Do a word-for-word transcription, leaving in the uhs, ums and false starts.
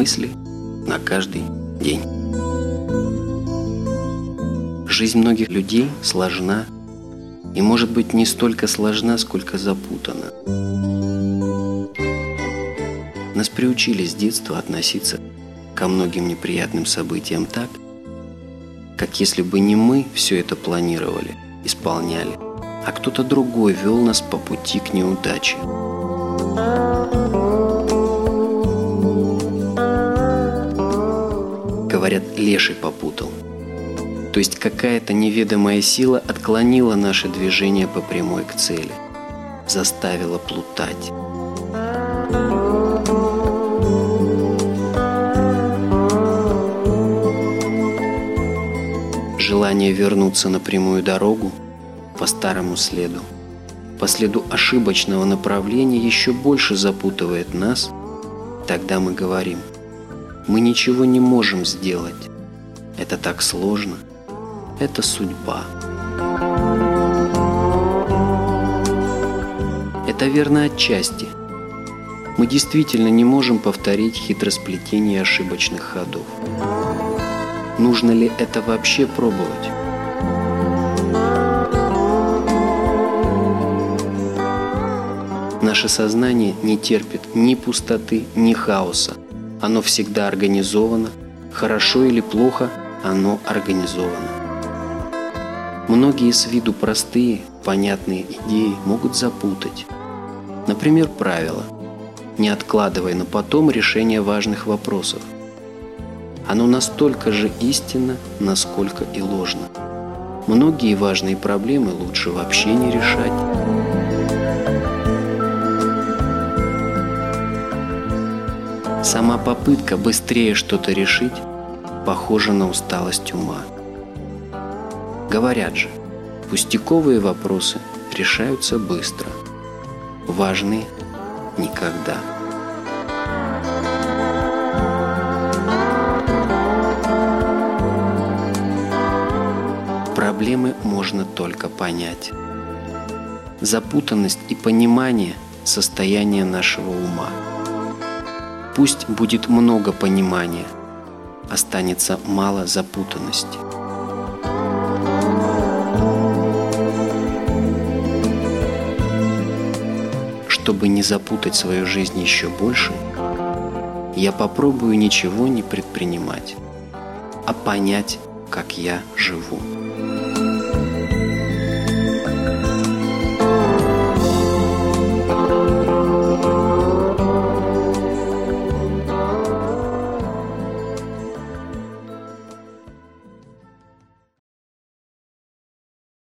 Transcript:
мысли на каждый день. Жизнь многих людей сложна и, может быть, не столько сложна, сколько запутана. Нас приучили с детства относиться ко многим неприятным событиям так, как если бы не мы все это планировали, исполняли, а кто-то другой вел нас по пути к неудаче. Говорят, леший попутал. То есть какая-то неведомая сила отклонила наше движение по прямой к цели, заставила плутать. Желание вернуться на прямую дорогу по старому следу, по следу ошибочного направления еще больше запутывает нас. Тогда мы говорим: мы ничего не можем сделать. Это так сложно. Это судьба. Это верно отчасти. Мы действительно не можем повторить хитросплетение ошибочных ходов. Нужно ли это вообще пробовать? Наше сознание не терпит ни пустоты, ни хаоса. Оно всегда организовано. Хорошо или плохо, оно организовано. Многие с виду простые, понятные идеи могут запутать. Например, правило: не откладывай на потом решение важных вопросов. Оно настолько же истинно, насколько и ложно. Многие важные проблемы лучше вообще не решать. Сама попытка быстрее что-то решить похожа на усталость ума. Говорят же, пустяковые вопросы решаются быстро, важные – никогда. Проблемы можно только понять. Запутанность и понимание – состояние нашего ума. Пусть будет много понимания, останется мало запутанности. Чтобы не запутать свою жизнь еще больше, я попробую ничего не предпринимать, а понять, как я живу.